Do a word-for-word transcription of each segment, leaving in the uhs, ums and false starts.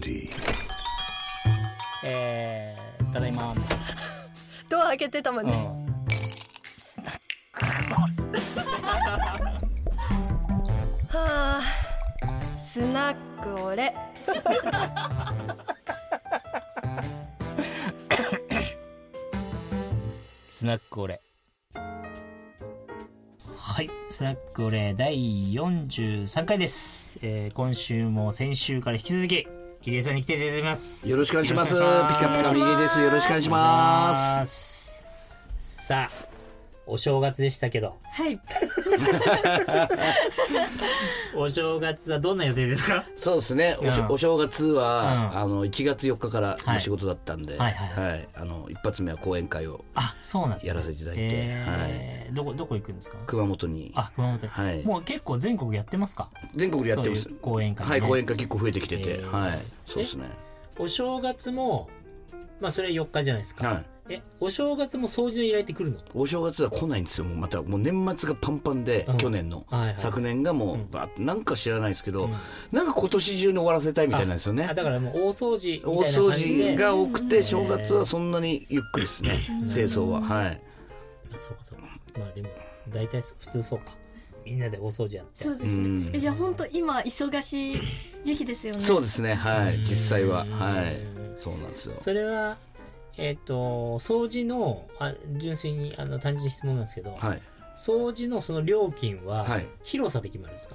melody。 えー、ただいまドア開けてたもんね、 うん、 はあ、スナックオレスナックオレ。はい、スナックオレだいよんじゅうさんかいです、えー、今週も先週から引き続き入江さんに来ていただいてます。 よろしくお願いします。ピカピカ右です。よろしくお願いします。 さあ、お正月でしたけど、 はいお正月はどんな予定ですか？ そうですね、お, し、うん、お正月は、うん、あのいちがつよっかからの仕事だったんで、はいはいはいはい、あの一発目は講演会をやらせていただいて、 えーはい、どこどこ行くんですか？ 熊本に。 あ、熊本に、はい、もう結構全国やってますか？ 全国でやってます。 そういう講演会、ね、 はい、講演会結構増えてきてて、えー、はい、そうですね。 お正月もまあそれはよっかじゃないですか、はい、えお正月も掃除の依頼って来るの？お正月は来ないんですよ。もうまたもう年末がパンパンで、うん、去年の、はいはい、昨年がもう、うん、バーッなんか知らないですけど、うん、なんか今年中に終わらせたいみたいなんですよね。 ああ、だからもう大掃除みたいな感じで、大掃除が多くて正月はそんなにゆっくりですね、清掃は。はい。 あ、そうかそうか。まあでも大体普通そうか、みんなで大掃除やって。 そうですね。え、じゃあ本当今忙しい時期ですよね。 そうですね、はい、実際は、はい、そうなんですよ。 それはえっと掃除のあ純粋にあの単純に質問なんですけど、はい、掃除のその料金は広さで決まるんですか？はい、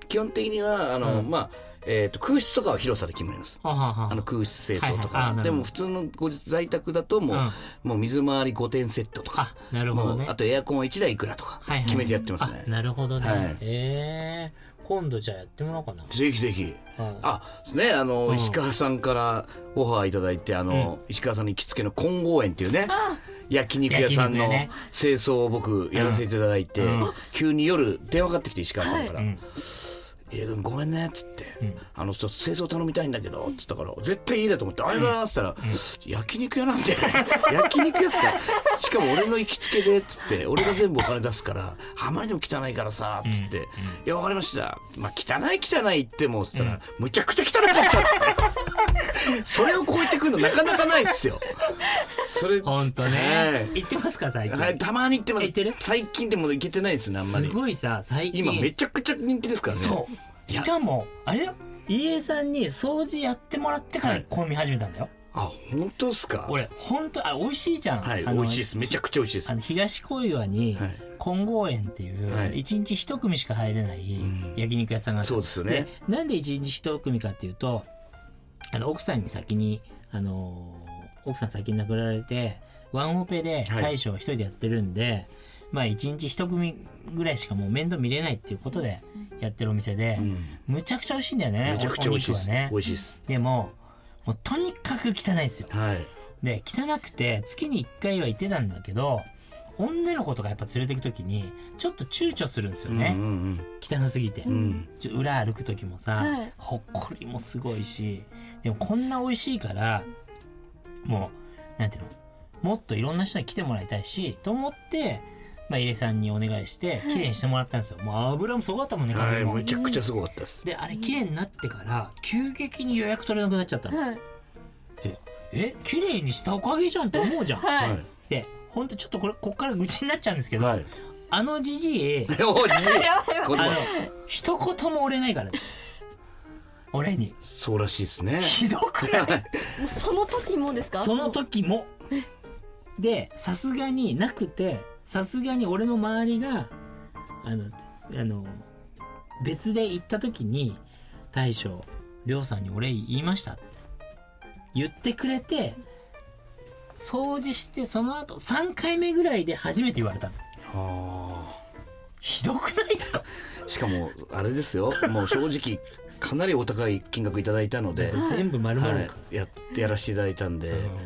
基本的にはあの、うん、まあえー、と空室とかは広さで決まります。はははあの空室清掃とか、はいはい、でも普通のご在宅だともう、うん、もう水回りごてんセットとか、 あ、なるほどね、 あとエアコンはいちだいいくらとか決めてやってますね。はいはい、 なるほどね、はい、えー、今度じゃあやってもらおうかな。 ぜひぜひ、はい、あね、あの、うん、石川さんからオファーいただいて、あの、うん、石川さんに行きつけの金剛園っていうね焼肉屋さんの清掃を僕やらせていただいて、うんうん、急に夜電話かかってきて石川さんから、はい、うん、いやごめんねっつって、うん、あのちょっと清掃頼みたいんだけどっつったから、絶対いいだと思って、あれだっつったら、うん、焼肉屋なんで焼肉屋っすか、しかも俺の行きつけでっつって、俺が全部お金出すからあまりにも汚いからさっつって、うん、いやわかりました、まあ汚い汚い言ってもっつったら、うん、むちゃくちゃ汚かったっつってそれを超えてくるのなかなかないっすよ。それ本当ね、はい、行ってますか最近？ はい、たまに行ってます。 行ってる？ 最近でも行けてないですね、あんまり。 すごいさ、最近今めちゃくちゃ人気ですからね。そう、 しかもあれよ、入江さんに掃除やってもらってからこう見始めたんだよ。 はい、あ、本当ですか？ 俺本当、あ、美味しいじゃん。 はい、美味しいです。めちゃくちゃ美味しいです。 あの東小岩に金剛園っていういちにちひと組しか入れない焼肉屋さんがあって、 そうですよね。 で、なんでいちにちひと組かっていうと、あの奥さんに先にあの奥さん先に亡くなられて、ワンオペで大将一人でやってるんで、はい、まあいちにちひと組ぐらいしかもう面倒見れないっていうことでやってるお店で、うん、むちゃくちゃ美味しいんだよね。 めちゃくちゃ美味しいです。 ね、 美味しいです。 でも、もうとにかく汚いですよ。はい、で汚くて月にいっかいは行ってたんだけど、女の子とかやっぱ連れてくときにちょっと躊躇するんですよね、うんうんうん、汚すぎて、うん、ちょ裏歩く時もさ、はい、ほっこりもすごいし、でもこんな美味しいからもうなんていうの、もっといろんな人に来てもらいたいしと思って、まあ、入江さんにお願いして綺麗にしてもらったんですよ。もう油もすごかったもんね、 はい、めちゃくちゃすごかったです。 であれ綺麗になってから急激に予約取れなくなっちゃったの、はい、でえ綺麗にしたおかげじゃんって思うじゃん、はい、でほんとちょっとこれこっから愚痴になっちゃうんですけど、はい、あのじじいあの一言も折れないからね俺に。 そうらしいですね。 ひどくない？もうその時もですか？ その時もで、さすがになくて、さすがに俺の周りがあのあの別で行った時に、大将りょうさんにお礼言いましたって言ってくれて、掃除してその後さんかいめぐらいで初めて言われたの。はあ、ひどくないですか？ しかもあれですよ、もう正直かなりお高い金額いただいたので全部丸々、 はい、や, やらせていただいたんで、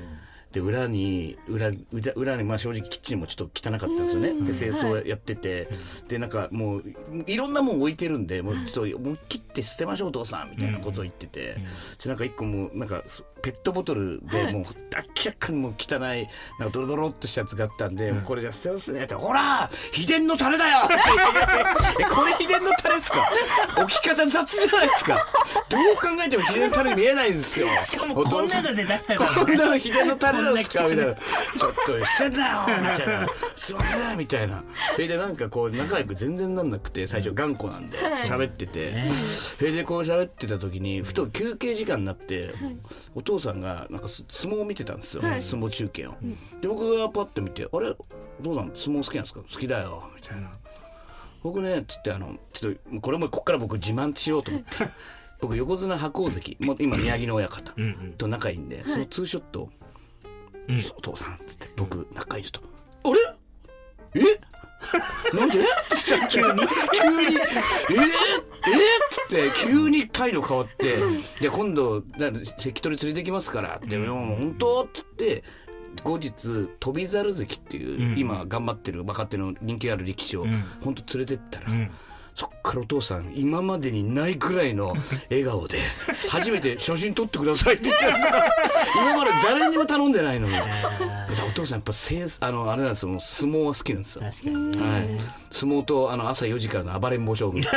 で裏に 裏, 裏, 裏にまあ正直キッチンもちょっと汚かったんですよね。で清掃やってて、はい、でなんかもういろんなもん置いてるんでもうちょっと思い切って捨てましょうお父さんみたいなことを言ってて、うん、でなんか一個もうなんかペットボトルでもう明らかにもう汚いなんかドロドロっとしたやつがあったんで、うん、これじゃ捨てますねってほら秘伝のタレだよえこれ秘伝のタレですか置き方雑じゃないですかどう考えても秘伝のタレ見えないんですよ。 しかもこんなので出したから、 ね、こんなの秘伝のタレなんですかみたいなちょっとしてんだよみたいなすいませんみたいな。それでなんかこう仲良く全然なんなくて最初頑固なんで喋ってて、はい、それでこう喋ってた時にふと休憩時間になって、はい、お父さんがなんか相撲を見てたんですよ、はい、相撲中継を、うん、で僕がパッと見てあれどうなん相撲好きなんですか好きだよみたいな。僕ねつってあのちょっとこれもこっから僕自慢しようと思って僕横綱白鵬関もう今宮城の親方と仲いいんで、うんうん、そのツーショットを、はい、お父さんっつって僕仲いい人と、うん、あれえなんで急に急にえー、えー、って急に態度変わってで今度関取連れてきますからって、うん、本当っつって後日翔猿関っていう、うん、今頑張ってる若手の人気ある力士を、うん、本当連れてったら、うん、そっからお父さん今までにないくらいの笑顔で初めて写真撮ってくださいって言って今まで誰にも頼んでないのにお父さんやっぱあのあれなんですよ相撲は好きなんですよ。 確かに、 はい、相撲とあの朝よじからの暴れん坊将軍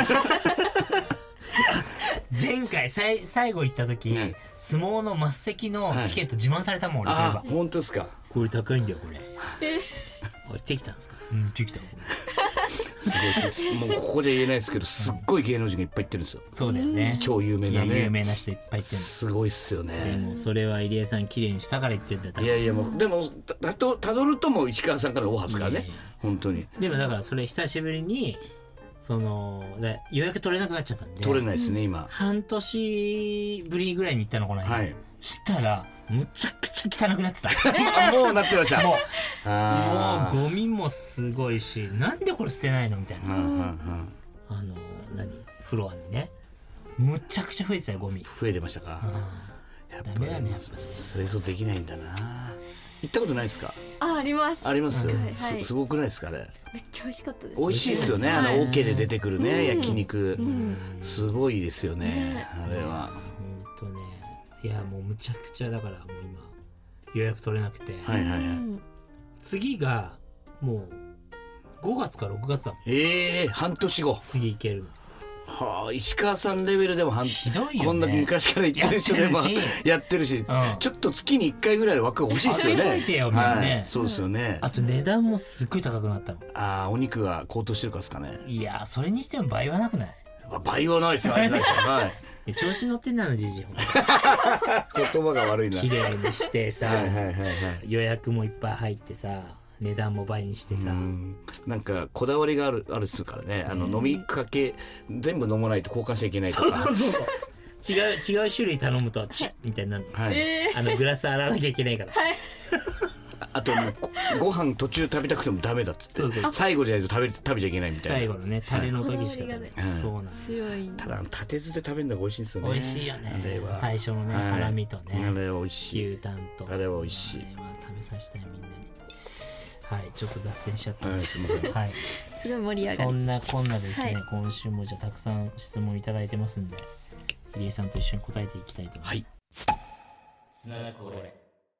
前回さい最後行った時、ね、相撲の末席のチケット自慢されたもん、はい、俺そういえば。 あ本当ですか。 これ高いんだよこれこれできたんですか。うんできたすごいもうここじゃ言えないですけどすっごい芸能人がいっぱい行ってるんですよ。 そうだよね超有名なね有名な人いっぱい行ってるすごいっすよね。 でもそれは入江さん綺麗にしたから言ってんだよ。 いやいやもうでもたとたどるとも石川さんからオファーですからね本当に。 でもだからそれ久しぶりにその予約取れなくなっちゃったんで取れないですね今半年ぶりぐらいに行ったのこの間、はい、したらむちゃくちゃ汚くなってたあもうなってましたもうあもうゴミもすごいしなんでこれ捨てないのみたいな、うんうんうん、あの何フロアにねむちゃくちゃ増えてたよゴミ増えてましたか、うん、やっぱりダメだね清掃できないんだな。行ったことないですか。 あありますあります、 はい、 す, すごくないですかね。 めっちゃ美味しかったです。 美味しいですよね、はい、あのオケで出てくるね、うん、焼肉、うん、すごいですよね、ねあれは本当ね。いやもうむちゃくちゃだからもう今予約取れなくて、 はいはいはい、 次がもうごがつかろくがつだもん。 ええー、半年後次行けるの。 はあ、石川さんレベルでもひどいよ、ね、 こんな昔から言ってる人でもやってるし、うん、ちょっと月にいっかいぐらいの枠が欲しいですよね。 あげといてよ、はいね、 そうですよね。 あと値段もすっごい高くなったの。 ああお肉が高騰してるからですかね。 いやそれにしても倍はなくない。 倍はないですよ、はい、 調子乗ってんなのじじい言葉が悪いな。 綺麗にしてさ、はいはいはいはい、予約もいっぱい入ってさ値段も倍にしてさ、 うんなんかこだわりがあるあるっすからね。あの飲みかけ全部飲まないと交換しちゃいけないとか。 そうそうそう違う違う種類頼むとチッみたいになる、はい、あのグラス洗わなきゃいけないから、はい、 あともう ご, ご飯途中食べたくてもダメだっつってそうそう最後じゃないと食べ食べちゃいけないみたいな。 最後のねタレの時しか食べない、はい、そうなんです。 強いただ立てずで食べるのが美味しいんですよね。美味しいよね。あれは最初のね、はい、ハラミとねあれは美味しい。 牛タンとあれは美味しい。 あれは食べさせたいみんなに。はいちょっと脱線しちゃったんです、 はい、すごい盛り上がる。 そんなこんなですね、はい、今週もじゃあたくさん質問いただいてますんで入江さんと一緒に答えていきたいと思います。はい。砂がこれ。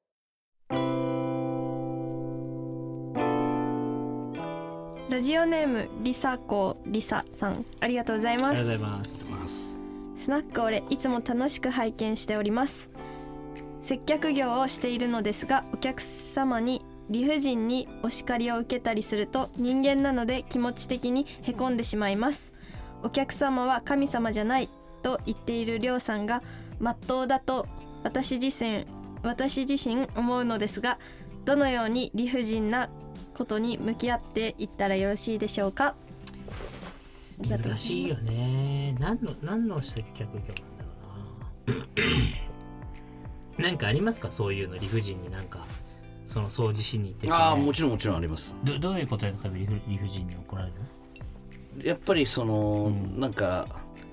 ラジオネームりさこりささんありがとうございます。 ありがとうございます。 スナックオレいつも楽しく拝見しております。接客業をしているのですがお客様に理不尽にお叱りを受けたりすると人間なので気持ち的にへこんでしまいます。お客様は神様じゃないと言っているりょうさんが真っ当だと私自身私自身思うのですがどのように理不尽なことに向き合っていったらよろしいでしょうか。 難しいよね。何の何の接客業なんだろうななんかありますかそういうの。理不尽になんかその掃除しに行って、ね、 ああもちろんもちろんあります。 ど, どういうことで例えば理不、理不尽に怒られるの。 やっぱりその、うん、なんか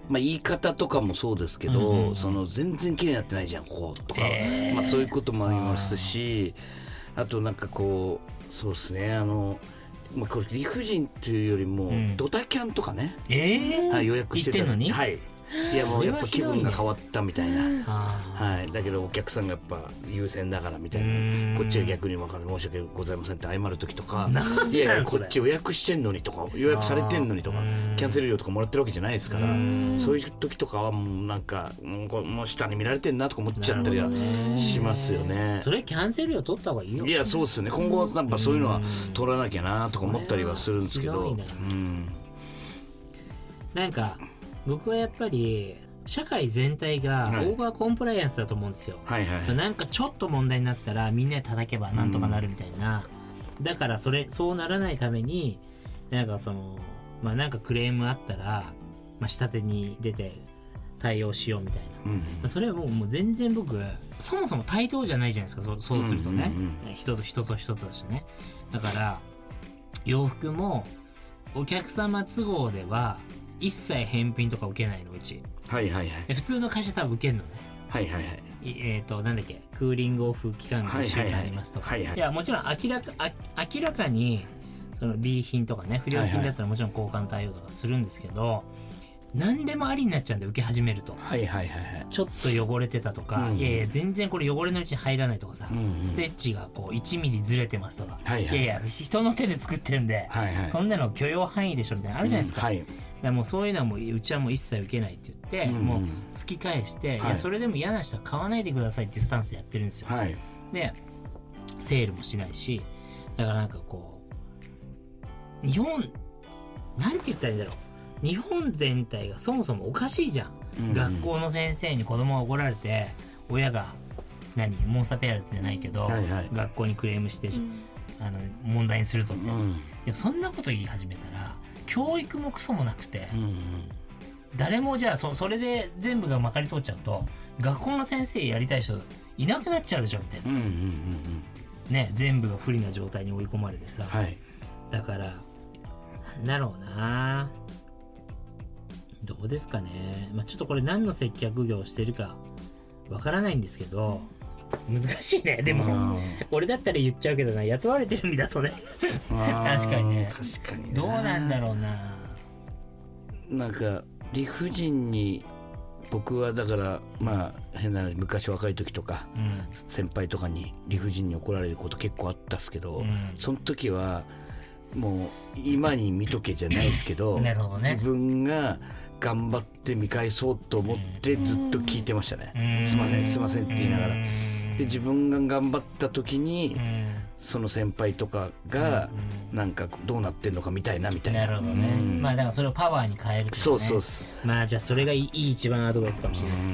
まあ、言い方とかもそうですけど、 うんうん、 その全然綺麗になってないじゃんこことか、 えーまあ、そういうこともありますし、あとなんかこうそうですねあの、まあ、これ理不尽というよりも、うん、ドタキャンとかね、 えーはい、予約してた行ってんのに、 はい、いやもうやっぱ気分が変わったみたいな、 ね、 はい、だけどお客さんがやっぱ優先だからみたいな、こっちは逆に分かる申し訳ございませんって謝る時とか、いやいやこっち予約してんのにとか予約されてんのにとかキャンセル料とかもらってるわけじゃないですから、そういう時とかはもうなんかもう下に見られてんなとか思っちゃったりはしますよね。 それキャンセル料取った方がいいよ。 いやそうですよね、今後やっぱそういうのは取らなきゃなとか思ったりはするんですけど、うん、 なんか僕はやっぱり社会全体がオーバーコンプライアンスだと思うんですよ、 はいはいはい、 なんかちょっと問題になったらみんなで叩けばなんとかなるみたいな、うん、だからそれそうならないためになんかそのまあなんかクレームあったら、まあ、下手に出て対応しようみたいな、うんまあ、それはもう、もう全然僕そもそも対等じゃないじゃないですか。 そう、そうするとね、うんうんうん、人と人と人としてね。だから洋服もお客様都合では一切返品とか受けないのうち、 はいはいはい、 普通の会社多分受けるのね。 はいはいはい、 えーとなんだっけクーリングオフ期間がいっしゅうかんありますとか、はいはいはい、いやもちろん明らかあ明らかにその B 品とかね不良品だったらもちろん交換対応とかするんですけど、はいはい、何でもありになっちゃうんで受け始めると、 はいはいはいはい、 ちょっと汚れてたとか、うん、いやいや全然これ汚れのうちに入らないとかさ、うんうん、ステッチがこういちミリずれてますとか、はいはい、いやいや人の手で作ってるんで、はいはい、そんなの許容範囲でしょみたいなのあるじゃないですか、うんはい、だもうそういうのはもううちはもう一切受けないって言って、うんうん、もう突き返して、はい、いやそれでも嫌な人は買わないでくださいっていうスタンスでやってるんですよ、はい、でセールもしないし、だからなんかこう日本なんて言ったらいいんだろう、日本全体がそもそもおかしいじゃん、うんうん、学校の先生に子供が怒られて親が何モンスターペアレントじゃないけど、はいはい、学校にクレームして、うん、あの問題にするぞって、うん、でもそんなこと言い始めたら教育もクソもなくて、うんうん、誰もじゃあ そ, それで全部がまかり通っちゃうと学校の先生やりたい人いなくなっちゃうでしょみたいな、うんうんうんうんね、全部が不利な状態に追い込まれてさ、はい、だからなんだろうな、どうですかね、まあ、ちょっとこれ何の接客業をしてるかわからないんですけど難しいね。でも俺だったら言っちゃうけどな、雇われてる身だとね確かにね、 確かにどうなんだろうな。 なんか理不尽に僕はだからまあ変な話昔若い時とか、うん、先輩とかに理不尽に怒られること結構あったっすけど、うん、その時はもう今に見とけじゃないですけどなるほどね、 自分が頑張って見返そうと思ってずっと聞いてましたね。すいませんすいませんって言いながら、で自分が頑張った時にその先輩とかがなんかどうなってんのか見たいなみたいな。 なるほどね、うん、まあだからそれをパワーに変えるとかね。 そうそうそう、 まあじゃあそれがいい一番アドバイスかもしれない。うん、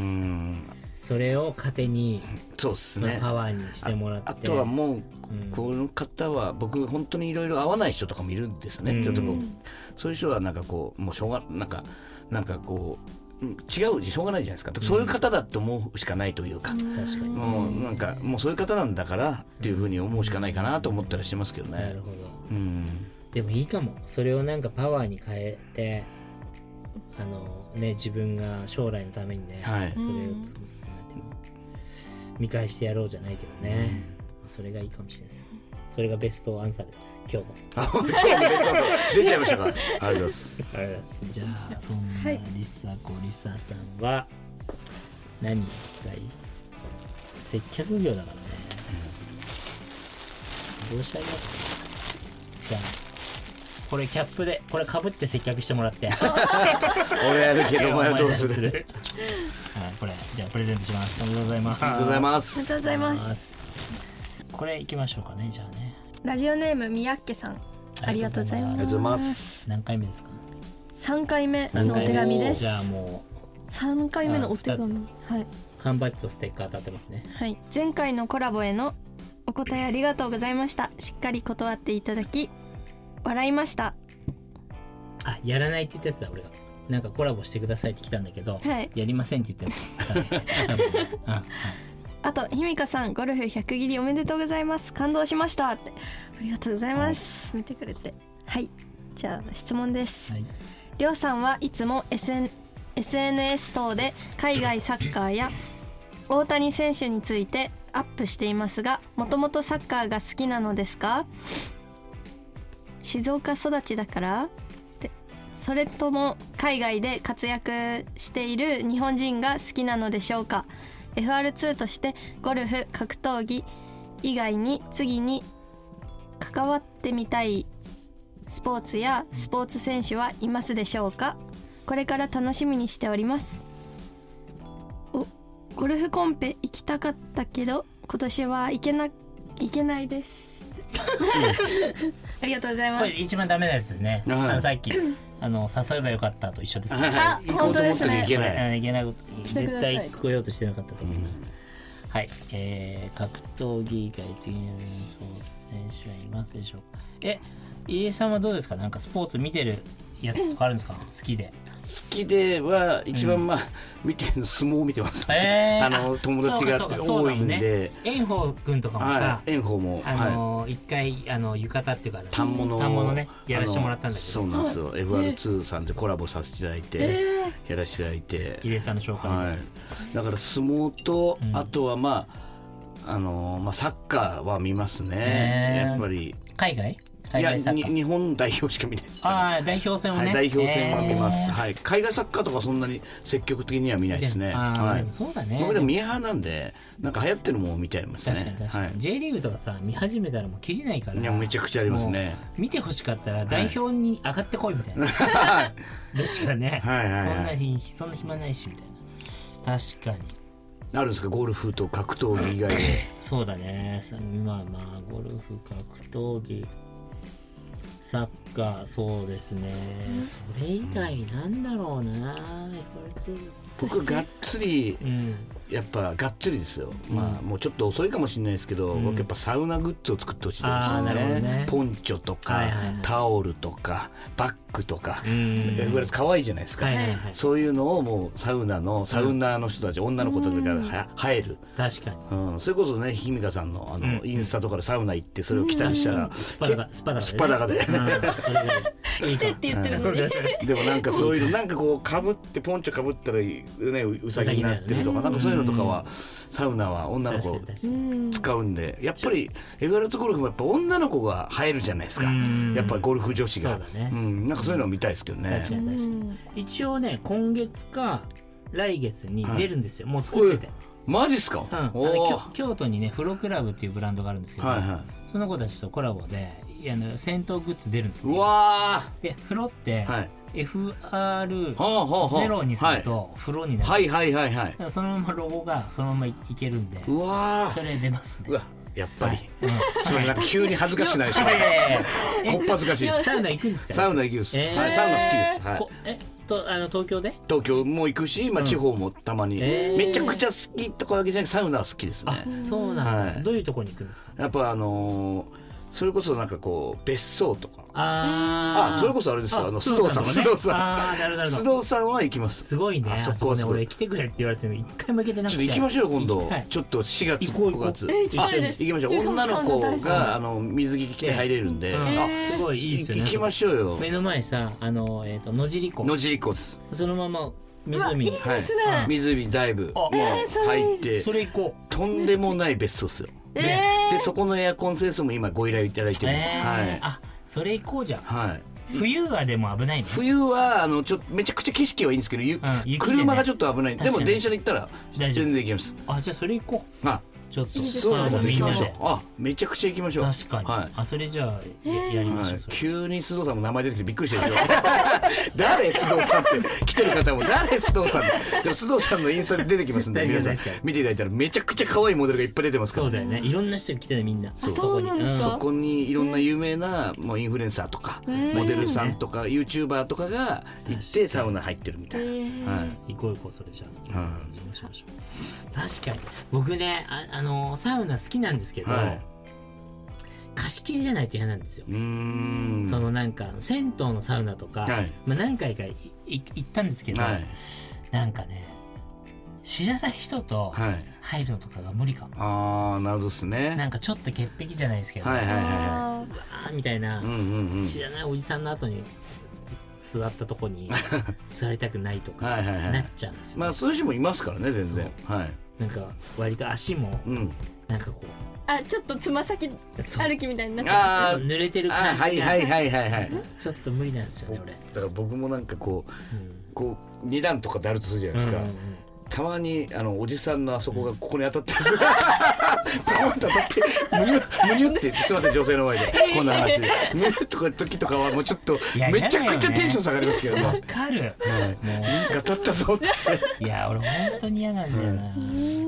それを糧にそうっすね、 パワーにしてもらって、 あ, あとはもう、うん、この方は僕本当にいろいろ合わない人とかもいるんですよね、うん、ちょっとこうそういう人はなんかこうもうしょうがなんかなんかこう違うしょうがないじゃないですか、うん、そういう方だって思うしかないというか、うん、確かにもうなんかもうそういう方なんだからっていうふうに思うしかないかなと思ったりしてますけどね、うん、なるほど、うん、 でもいいかも、それをなんかパワーに変えてあのね自分が将来のためにね、はい、それをつ見返してやろうじゃないけどね、うん、それがいいかもしれないです。それがベストアンサーです、今日の。 今日のベストアンサー出ちゃいましたか。ありがとうございます。 ありがとうございます。じゃあそんなリサ子リサさんは何がいい？接客業だからね、どうしたらいいの？じゃあこれキャップでこれ被って接客してもらって俺やるけどお前はどうする？ はい、これじゃあプレゼントします。おめでとうございます。 ありがとうございます。 ありがとうございます。 これいきましょうかね。じゃあね、 ラジオネームみやっけさん、ありがとうございます。 ありがとうございます。 何回目ですか？ さんかいめのお手紙です。 じゃあもうさんかいめのお手紙、はい、 缶バッジとステッカー当たってますね。 はい、前回のコラボへのお答えありがとうございました。しっかり断っていただき笑いました。 あ、やらないって言ったやつだ。俺がなんかコラボしてくださいって来たんだけど、はい、やりませんって言ったやつあ、はい、 あとひみかさん、ゴルフひゃく切りおめでとうございます。感動しましたって。ありがとうございます、はい、見てくれて。はい、じゃあ質問です。はい、りょうさんはいつも エスエヌエスエヌエス 等で海外サッカーや大谷選手についてアップしていますが、もともとサッカーが好きなのですか？静岡育ちだからで、それとも海外で活躍している日本人が好きなのでしょうか？ エフアールツー としてゴルフ、格闘技以外に次に関わってみたいスポーツやスポーツ選手はいますでしょうか？これから楽しみにしております。お、ゴルフコンペ行きたかったけど今年は行けな、行けないですありがとうございます。 これ一番ダメなやつですね、はい、あのさっきあの誘えばよかったと一緒ですね、 あ、本当ですね。 行けない、 いけない絶対来ようとしてなかったと思うな、うん、はい、えー、格闘技以外次のスポーツ選手はいますでしょうか？え、入江さんはどうですか？なんかスポーツ見てるやつとかあるんですか？好きで。 好きでは一番まあ、うん、見てるの相撲を見てます、 えー、 あの友達が多いんで、 炎鵬君とかもさ、 炎鵬もあの一、はい、回あの浴衣っていうか反物反物ねやらせてもらったんだけど、 そうなんですよ、エフアールツー さんでコラボさせていただいて、えー、やらせていただいて、 入江さんの紹介、 はい、だから相撲と、うん、あとはまああのまあサッカーは見ますね、えー、やっぱり海外いや日本代表しか見ないです、ね、 ああ代表戦をね、 はい、代表戦は見ます、えーはい、海外サッカーとかそんなに積極的には見ないですね。 はい、そうだね。 僕でもミーハーなんでなんか流行ってるものを見ちゃいますね。 確かに確かに、はい、J リーグとかさ見始めたらもう切れないから、 いやめちゃくちゃありますね。 見てほしかったら代表に上がってこいみたいな、はい、どっちかね、はいはいはい、そんなにそんな暇ないしみたいな。確かにあるんですか？ゴルフと格闘技以外でそうだね、まあまあゴルフ、格闘技、サッカー、そうですね、それ以外なんだろうな、 僕がっつり、うん、やっぱがっつりですよ、うん、まあもうちょっと遅いかもしれないですけど、うん、僕やっぱサウナグッズを作ってほしいですよ ね, ねポンチョとか、はいはいはい、タオルとかバッグとか、可愛いじゃないですか、はいはいはい、そういうのをもうサウナのサウナーの人たち、うん、女の子たちが入る、 確かに、 うん、それこそねひみかさん の, あの、うん、インスタとかでサウナ行ってそれを着たりしたら、うん、 スパダがスパダが、ね、 スパダがで来てって言ってるのにでもなんかそういうのなんかこうかぶってポンチョかぶったら、ね、うさぎになってるとか、ね、なんかそういうのとかは、うん、サウナは女の子使うんで、やっぱりエベラルトゴルフもやっぱ女の子が入るじゃないですか、やっぱゴルフ女子が、そうだね、うん、なんかそういうのを見たいですけどね。 確かに確かに。一応ね今月か来月に出るんですよ、はい、もう作ってて。 マジっすか？ うん、京都にねフロクラブっていうブランドがあるんですけど、はいはい、その子たちとコラボであの戦闘グッズ出るんですね。 うわで風呂って、はい、エフアールゼロ にすると風呂になる、 はいはいはいはい、 だからそのままロゴがそのままいけるんで、 うわそれ出ますね。 うわやっぱり、はい、うん、それなんか急に恥ずかしくないですか？こっぱずかしいです。 サウナ行くんですか？ サウナ行くんです、えーはい、サウナ好きです、はい、 えとあの東京で東京も行くし、まあ、地方もたまに、うんえー、めちゃくちゃ好きとかわけじゃなくてサウナは好きですね。 あ、そうなんだ、はい、どういうところに行くんですか？ やっぱあのーそれこそなんかこう別荘とか、 ああそれこそあれですよ、あの須藤さん、須藤さん、 あなるほど、 須藤さんは行きます。 すごいね、あそこね、俺来てくれって言われてるの一回も行けてなくて、 ちょっと行きましょう今度、ちょっとしがつごがつ一緒に行きましょう。女の子があの水着着て入れるんで、あすごいいいですよね。 行きましょうよ。 目の前さ、あのえっと野尻湖、 野尻湖です。 そのまま湖に、 はい、 湖ダイブもう入って、 それ行こう。とんでもない別荘ですよ。で, でそこのエアコン清掃も今ご依頼いただいてる、 えー、はい、あそれ行こうじゃん、 はい、 冬はでも危ないね。 冬はあのちょめちゃくちゃ景色はいいんですけど、うんね、車がちょっと危ない。でも電車で行ったら全然行けます。 あじゃあそれ行こう。 あちょっといいそうなので行きましょう。 みんなであめちゃくちゃ行きましょう。 確かに、はい、あそれじゃあ や, やりましょう、はい、 急に須藤さんも名前出てきてびっくりしてるでしょ誰須藤さんって来てる方も誰須藤さんでも須藤さんのインスタで出てきますんで皆さん見ていただいたらめちゃくちゃ可愛いモデルがいっぱい出てますから。 そうだよね、いろんな人が来てるみんな。 そうそうなんですか。 そこにいろんな有名なもうインフルエンサーとかモデルさんとか YouTuber とかが行ってサウナ入ってるみたいな、 はい、行こう行こうそれじゃあ、はい、確かに僕ね あ, あのサウナ好きなんですけど、はい、貸し切りじゃないと嫌なんですよ。うーんそのなんか銭湯のサウナとか、はいまあ、何回かいい行ったんですけど、はい、なんかね知らない人と入るのとかが無理かも、 はい、ああなるほどですね。 なんかちょっと潔癖じゃないですけど、 はいはいはいはい、 うわーみたいな、うんうんうん、知らないおじさんの後に座ったとこに座りたくないとかなっちゃうんですよ、ね、 まあそういう人もいますからね全然、はい、 なんか割と足もなんかこう、うん、 あちょっっとつま先歩きみたいになってます。 濡れてる感じがはいはいはいはいはいちょっと無理なんですよね俺。 だから僕もなんかこう、うん、こう二段とかであるとするじゃないですか、うんうんうん、たまにあのおじさんのあそこがここに当たってるポンと当たってむにゅむにゅってすいません女性の前でこんな話でむにゅっとか時とかはもうちょっとめちゃくちゃテンション下がりますけどもわかる、 はい、もうなんか当たったぞっていや俺本当に嫌なんだよな、はい、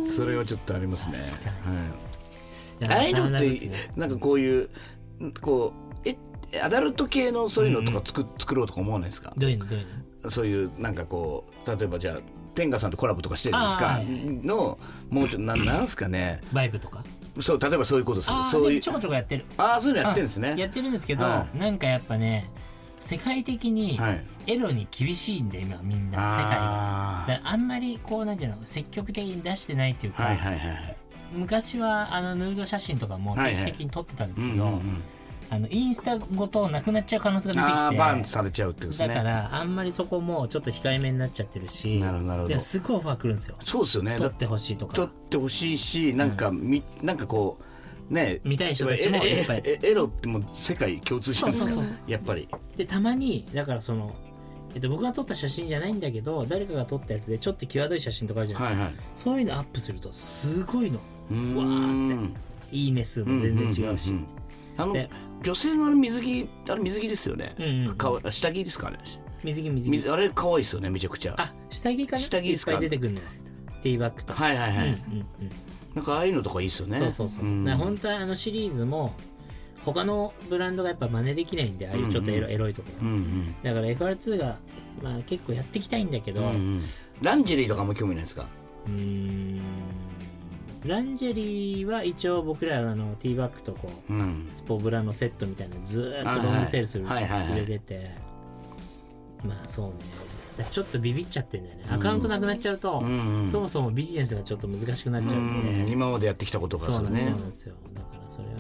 それはちょっとありますね。はい、ああいうのってなんかこういうこうえアダルト系のそういうのとか 作,、うん、作ろうとか思わないですか。 どういうのどういうのそういうなんかこう例えばじゃあ天下さんとコラボとかしてるんですか、はい、のもうちょっとななんすかねバイブとかそう例えばそういうことするそういうちょこちょこやってるああそういうのやってるんですね。 やってるんですけど、はい、なんかやっぱね世界的にエロに厳しいんで今みんな世界がだあんまりこうなんていうの積極的に出してないっていうか、はいはいはい、昔はあのヌード写真とかも定期的に撮ってたんですけど、はいはいうんうんうんあのインスタごとなくなっちゃう可能性が出てきてバンされちゃうってことですね。 だからあんまりそこもちょっと控えめになっちゃってるしなるほど。 でもすごいオファー来るんですよ。 そうですよね。 撮ってほしいとか撮ってほしいしなんか、うん、みなんかこうね見たい人たちもいっぱいエ, エ, エロってもう世界共通してるんですか。そうそうそうやっぱりでたまにだからその、えっと、僕が撮った写真じゃないんだけど誰かが撮ったやつでちょっと際どい写真とかあるじゃないですか、はいはい、そういうのアップするとすごいのうーんわーっていいね数も全然違うし、うんうんうんうん、 あの女性のあれ水着あれ水着ですよね、うんうん、かわ下着ですかね。 水着水着あれ可愛いですよねめちゃくちゃ。 あ下着かな下着ですか。 いっぱい出てくるのティーバッグとかはいはいはい、うんうんうん、なんかああいうのとかいいですよね。 そうそうそう、うん、だから本当はあのシリーズも他のブランドがやっぱ真似できないんでああいうちょっとエロ、うんうん、エロいところ、うんうん、だから エフアールツー が、まあ、結構やっていきたいんだけど、うんうん、 ランジェリーとかも興味ないですか。 うーんランジェリーは一応僕らあのティーバッグとこう、うん、スポブラのセットみたいなのずーっとロングセールする売れててまあそうねちょっとビビっちゃってんだよね、うん、アカウントなくなっちゃうと、うんうん、そもそもビジネスがちょっと難しくなっちゃうんで、うん、 今までやってきたことがそうなんですよ。だからそれはね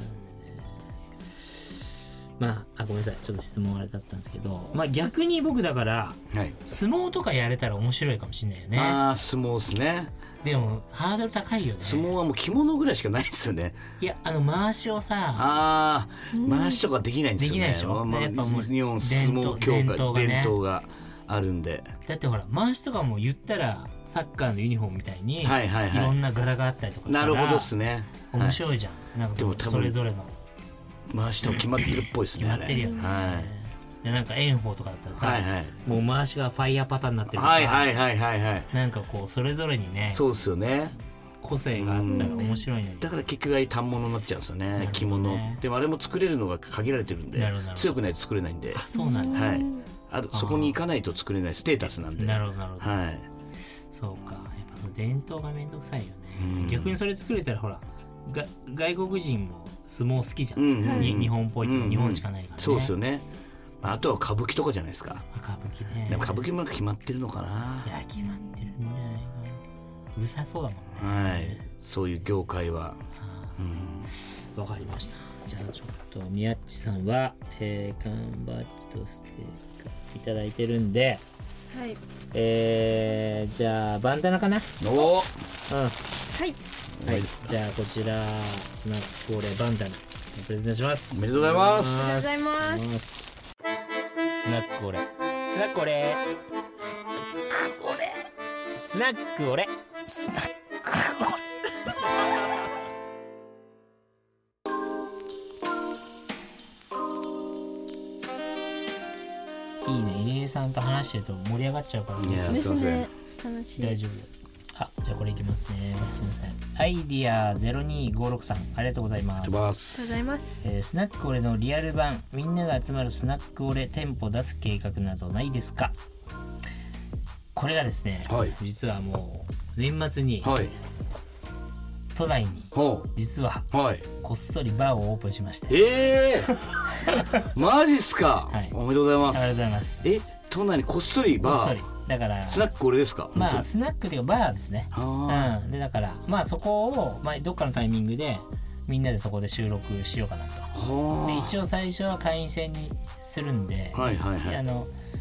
まあ、あごめんなさいちょっと質問あれだったんですけど、まあ、逆に僕だから、はい、相撲とかやれたら面白いかもしれないよね。 ああ相撲ですね。 でもハードル高いよね。 相撲はもう着物ぐらいしかないですよね。 いやあの回しをさあ回しとかできないんですよね。できないでしょ、まあ、やっぱもう日本相撲協会伝統が、ね、伝統があるんで。だってほら回しとかも言ったらサッカーのユニフォームみたいに、はいはいはい、いろんな柄があったりとかしたらなるほどっすね面白いじゃん、はい、なんか そ, それぞれの回しと決まってるっぽいですね。 決まってるよね、はい、でなんか炎鵬とかだったらさ、はいはい、もう回しがファイヤーパターンになってるから、 はいはいはいはいはい、 なんかこうそれぞれにねそうですよね個性があったら面白いのに、 だから結局ああいう反物になっちゃうんですよ ね, ね着物でもあれも作れるのが限られてるんで強くないと作れないんで。 あそうなんだ、 はい、あるそこに行かないと作れないステータスなんで。 なるほどなるほど、 はい、 そうかやっぱその伝統がめんどくさいよね。逆にそれ作れたらほらが外国人も相撲好きじゃん、うんうん、日本っぽいっていうか日本しかないからね、うんうん、 そうですよね。あとは歌舞伎とかじゃないですか。 歌舞伎ね。 でも歌舞伎も決まってるのかな。 いや決まってるんじゃないかな。うるさそうだもんね。 はい、そういう業界は。わ、 うん、かりました。じゃあちょっと宮地さんは、えー、缶バッジとステッカーいただいてるんで、 はい。 えー、じゃあバンダナかな。 おお。うん。はい。 はい、じゃあこちらスナックオレバンダナプレゼントします。 おめでとうございます。 おめでとうございます。 スナックオレスナックオレスナックオレスナックオレスナックオレいいね、入江さんと話してると盛り上がっちゃうからね。 いやすいません、 楽しい。 大丈夫です。あ、じゃあこれいきますね。すみません。アイディアゼロにごろくさんありがとうございます。 ありがとうございます。 えー、スナックオレのリアル版、みんなが集まるスナックオレ店舗出す計画などないですか。これがですね、はい、実はもう年末に、はい、都内に実は、はい、こっそりバーをオープンしまして。 えー、マジっすか、はい、おめでとうございます。 ありがとうございます。 え、都内にこっそりバー。こっそりだからスナックこれですか。 まあスナックっていうかバーですね。うん、でだからまあそこを、まあ、どっかのタイミングでみんなでそこで収録しようかなと。で一応最初は会員制にするんで、はいはいはい、あの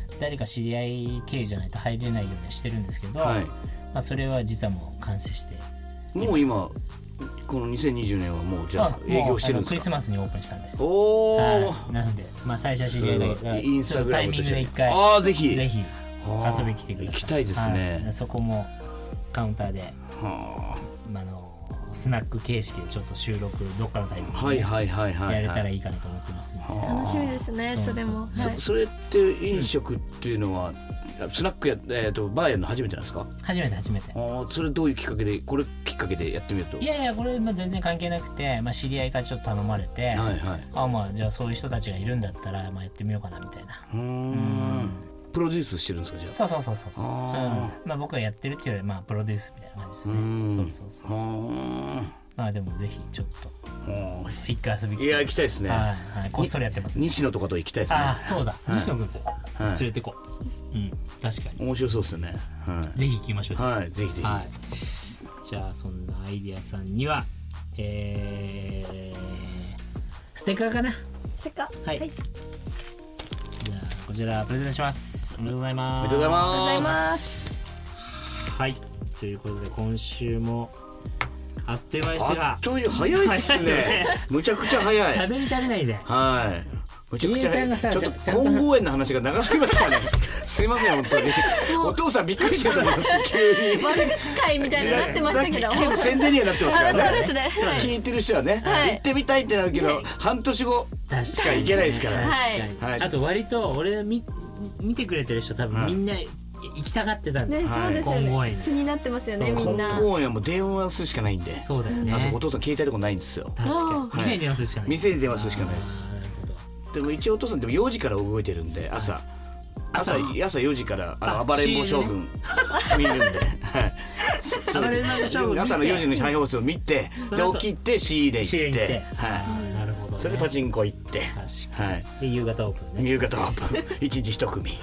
誰か知り合い経由じゃないと入れないようにはしてるんですけど、 はい、 まあ、それは実はもう完成してもう今このにせんにじゅうねんはもうじゃあ営業してるんですか？ クリスマスにオープンしたんで。 おお、 はい、なので、まあ、最初は知り合いだけどインスタグラムとしてタイミングで一回あぜひぜひ遊びに来てください。 行きたいですね、 はい、そこもカウンターで、 はあ、 まあ、あのスナック形式でちょっと収録どっかのタイミングでやれたらいいかなと思ってますんで、 楽しみですね。それも、 はい、そ, それって飲食っていうのは、うん、スナックや、えー、とバーやるの初めてなんですか？ 初めて初めて。 あそれどういうきっかけでこれきっかけでやってみると？ いやいやこれまあ全然関係なくて、まあ、知り合いからちょっと頼まれて、はいはい、あまあじゃあそういう人たちがいるんだったら、まあ、やってみようかなみたいな。うーんプロデュースしてるんですか？じゃあそうそうそうそうそう、うん、まあ僕がやってるっていうよりまあプロデュースみたいな感じですね。そうそうそうそう。まあでもぜひちょっと一回遊びに来て。いや行きたいですね。はいはい、こっそりやってます、ね。 西野とかと行きたいですね。 あそうだ、はい、西野君と連れてこう、はい、うん確かに面白そうですね。 はい、ぜひ行きましょう。 はいぜひぜひ。はい、 じゃあそんなアイディアさんには、えー、ステッカーかな。 ステッカー。はい。はい、 じゃあこちらプレゼントします。おめでとうございます。 おめでとうございます。 おめでとうございます。 はいということで今週もあっという間でしたが。 あっという間早いですね。むちゃくちゃ早い。 喋り足りないで。 はい。むちゃくちゃ早い。ちょっと金剛園の話が長すぎましたね。すいません本当に。お父さんびっくりしてたんです急に。 悪口会みたいになってましたけど。 結構宣伝にはなってますからね。 そうですね。 聞いてる人はね、行ってみたいってなるけど半年後しか行けないですから。 はい。あと割と俺見見てくれてる人多分みんな。行きたがってたんで、 ね、そうですよね。気になってますよねみんな。 金剛園はもう電話するしかないんで。 そうだよね。 あそこお父さん携帯とかないんですよ。 確かに。店に電話するしかない。 店に電話するしかないです。でも一応お父さんでもよじから動いてるんで朝朝朝よじからあの暴れん坊将軍見るんで。 暴れん坊将軍朝のよじの再放送を見てで起きて仕入れ行って、 なるほど。 それでパチンコ行って、 はい。で夕方オープンね。 夕方オープン一日一組。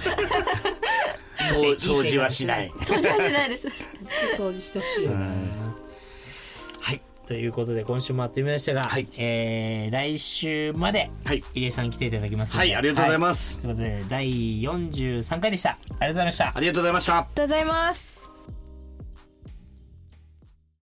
掃除はしない。 掃除はしないです。 掃除してほしいよね。はいということで今週もあっという間でしたが、はい、えー、来週まで入江さん来ていただきますので、 はいありがとうございます。 ということでだいよんじゅうさんかいでした。ありがとうございました。 ありがとうございました。 ありがとうございます。